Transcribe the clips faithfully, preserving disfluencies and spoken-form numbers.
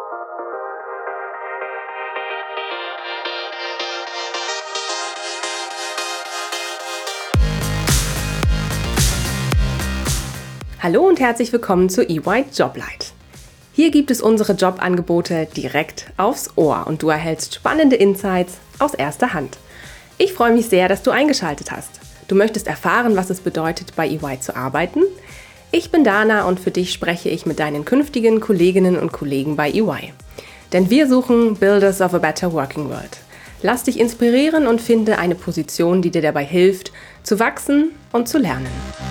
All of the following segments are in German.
Hallo und herzlich willkommen zu E Y Joblight. Hier gibt es unsere Jobangebote direkt aufs Ohr und du erhältst spannende Insights aus erster Hand. Ich freue mich sehr, dass du eingeschaltet hast. Du möchtest erfahren, was es bedeutet, bei E Y zu arbeiten? Ich bin Dana und für dich spreche ich mit deinen künftigen Kolleginnen und Kollegen bei E Y. Denn wir suchen Builders of a Better Working World. Lass dich inspirieren und finde eine Position, die dir dabei hilft, zu wachsen und zu lernen.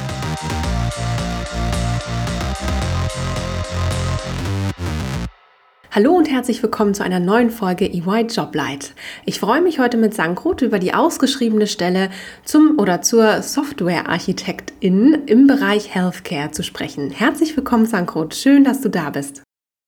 Hallo und herzlich willkommen zu einer neuen Folge E Y Joblight. Ich freue mich heute mit Sankrut über die ausgeschriebene Stelle zum oder zur Software-Architektin im Bereich Healthcare zu sprechen. Herzlich willkommen, Sankrut. Schön, dass du da bist.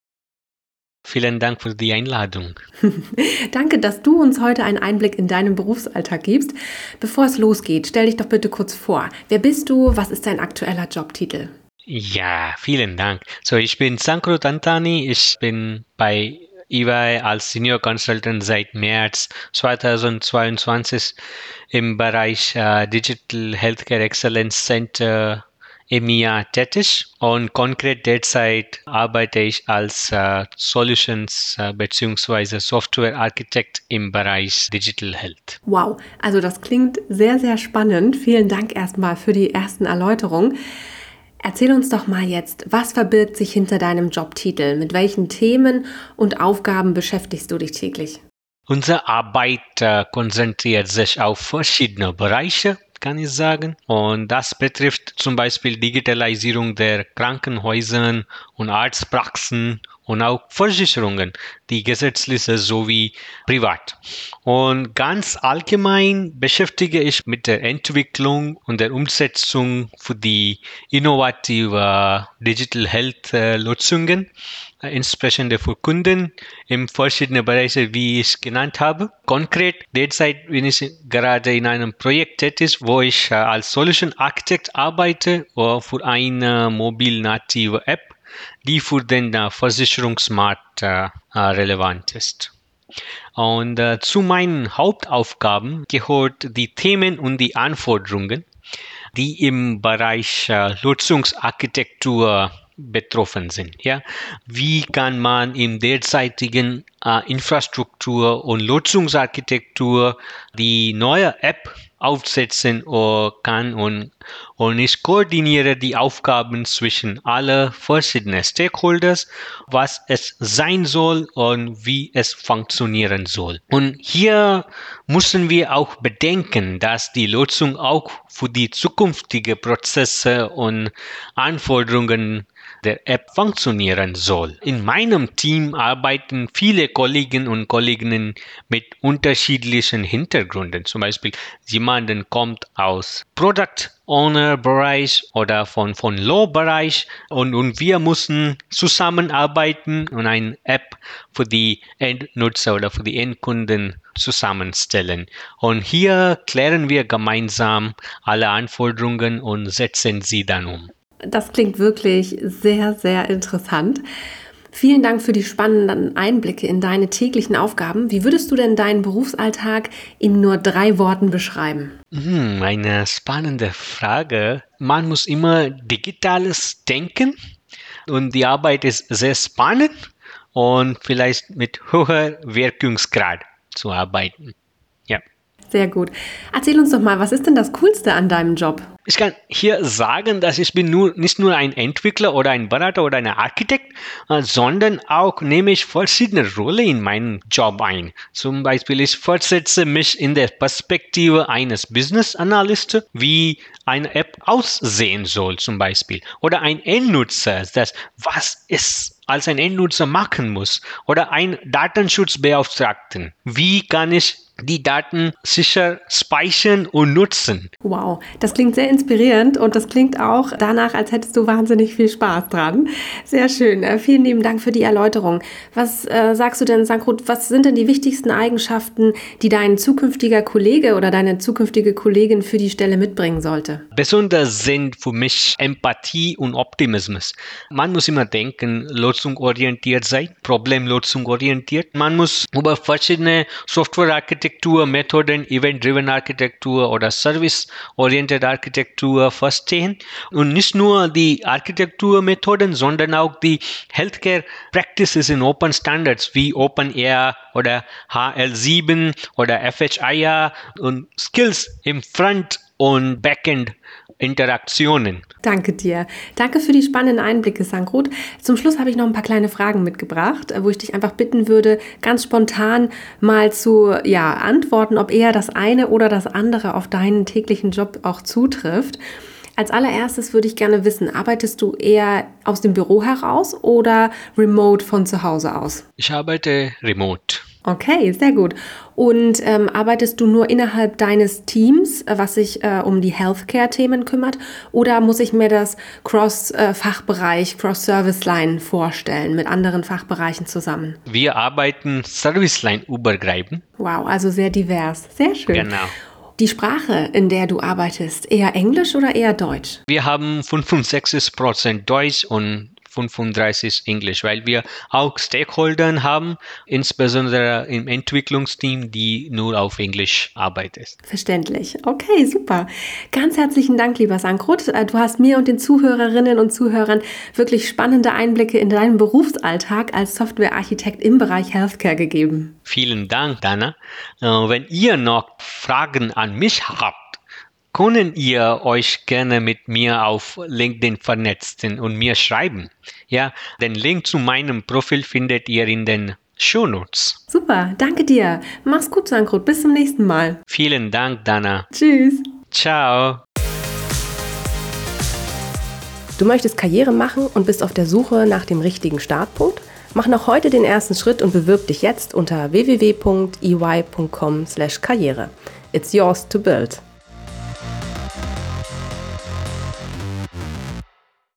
Vielen Dank für die Einladung. Danke, dass du uns heute einen Einblick in deinen Berufsalltag gibst. Bevor es losgeht, stell dich doch bitte kurz vor. Wer bist du? Was ist dein aktueller Jobtitel? Ja, vielen Dank. So, ich bin Sankrut Antani. Ich bin bei E Y als Senior Consultant seit März zweitausendzweiundzwanzig im Bereich äh, Digital Healthcare Excellence Center E M E A tätig und konkret derzeit arbeite ich als äh, Solutions äh, bzw. Software Architect im Bereich Digital Health. Wow, also das klingt sehr, sehr spannend. Vielen Dank erstmal für die ersten Erläuterungen. Erzähl uns doch mal jetzt, was verbirgt sich hinter deinem Jobtitel? Mit welchen Themen und Aufgaben beschäftigst du dich täglich? Unsere Arbeit äh, konzentriert sich auf verschiedene Bereiche, kann ich sagen. Und das betrifft zum Beispiel Digitalisierung der Krankenhäuser und Arztpraxen und auch Versicherungen, die gesetzliche sowie privat. Und ganz allgemein beschäftige ich mit der Entwicklung und der Umsetzung für die innovative Digital Health äh, Lösungen, äh, insbesondere für Kunden in verschiedenen Bereichen, wie ich genannt habe. Konkret derzeit bin ich gerade in einem Projekt tätig, wo ich äh, als Solution Architect arbeite äh, für eine mobil-native App, die für den äh, Versicherungsmarkt äh, relevant ist. Und äh, zu meinen Hauptaufgaben gehört die Themen und die Anforderungen, die im Bereich äh, Lösungsarchitektur betroffen sind. Ja? Wie kann man im derzeitigen äh, Infrastruktur- und Lösungsarchitektur die neue App aufsetzen uh, kann und, und ich koordiniere die Aufgaben zwischen alle verschiedenen Stakeholders, was es sein soll und wie es funktionieren soll. Und hier müssen wir auch bedenken, dass die Lösung auch für die zukünftigen Prozesse und Anforderungen der App funktionieren soll. In meinem Team arbeiten viele Kollegen und Kolleginnen mit unterschiedlichen Hintergründen. Zum Beispiel jemanden kommt aus Product Owner Bereich oder von, von Law Bereich und, und wir müssen zusammenarbeiten und eine App für die Endnutzer oder für die Endkunden zusammenstellen. Und hier klären wir gemeinsam alle Anforderungen und setzen sie dann um. Das klingt wirklich sehr, sehr interessant. Vielen Dank für die spannenden Einblicke in deine täglichen Aufgaben. Wie würdest du denn deinen Berufsalltag in nur drei Worten beschreiben? Hm, eine spannende Frage. Man muss immer digitales denken und die Arbeit ist sehr spannend und vielleicht mit hoher Wirkungsgrad zu arbeiten. Ja. Sehr gut. Erzähl uns doch mal, was ist denn das Coolste an deinem Job? Ich kann hier sagen, dass ich bin nur, nicht nur ein Entwickler oder ein Berater oder ein Architekt, äh, sondern auch nehme ich verschiedene Rollen in meinen Job ein. Zum Beispiel, ich versetze mich in der Perspektive eines Business Analysten, wie eine App aussehen soll zum Beispiel. Oder ein Endnutzer, das was es als ein Endnutzer machen muss. Oder ein Datenschutzbeauftragten. Wie kann ich die Daten sicher speichern und nutzen? Wow, das klingt sehr inspirierend und das klingt auch danach, als hättest du wahnsinnig viel Spaß dran. Sehr schön. Äh, vielen lieben Dank für die Erläuterung. Was äh, sagst du denn, Sankrut, was sind denn die wichtigsten Eigenschaften, die dein zukünftiger Kollege oder deine zukünftige Kollegin für die Stelle mitbringen sollte? Besonders sind für mich Empathie und Optimismus. Man muss immer denken, lösungsorientiert sein, problemlösungsorientiert. Man muss über verschiedene Softwarearchitektur, Methoden, Event-Driven Architektur oder Service-Oriented Architektur verstehen. Und nicht nur die Architekturmethoden, sondern auch die Healthcare Practices in Open Standards wie OpenAI oder H L sieben oder F H I A und Skills im Front- und Backend Interaktionen. Danke dir. Danke für die spannenden Einblicke, Sankrut. Zum Schluss habe ich noch ein paar kleine Fragen mitgebracht, wo ich dich einfach bitten würde, ganz spontan mal zu ja, antworten, ob eher das eine oder das andere auf deinen täglichen Job auch zutrifft. Als allererstes würde ich gerne wissen, arbeitest du eher aus dem Büro heraus oder remote von zu Hause aus? Ich arbeite remote. Okay, sehr gut. Und ähm, arbeitest du nur innerhalb deines Teams, was sich äh, um die Healthcare-Themen kümmert, oder muss ich mir das Cross-Fachbereich, äh, Cross-Service-Line vorstellen, mit anderen Fachbereichen zusammen? Wir arbeiten Service-Line übergreifend. Wow, also sehr divers. Sehr schön. Genau. Die Sprache, in der du arbeitest, eher Englisch oder eher Deutsch? Wir haben fünfundsechzig Prozent Deutsch und fünfunddreißig Englisch, weil wir auch Stakeholder haben, insbesondere im Entwicklungsteam, die nur auf Englisch arbeitet. Verständlich. Okay, super. Ganz herzlichen Dank, lieber Sankrut. Du hast mir und den Zuhörerinnen und Zuhörern wirklich spannende Einblicke in deinen Berufsalltag als Softwarearchitekt im Bereich Healthcare gegeben. Vielen Dank, Dana. Wenn ihr noch Fragen an mich habt, können ihr euch gerne mit mir auf LinkedIn vernetzen und mir schreiben. Ja, den Link zu meinem Profil findet ihr in den Shownotes. Super, danke dir. Mach's gut, Sankrut. Bis zum nächsten Mal. Vielen Dank, Dana. Tschüss. Ciao. Du möchtest Karriere machen und bist auf der Suche nach dem richtigen Startpunkt? Mach noch heute den ersten Schritt und bewirb dich jetzt unter w w w punkt e y punkt com slash karriere. It's yours to build.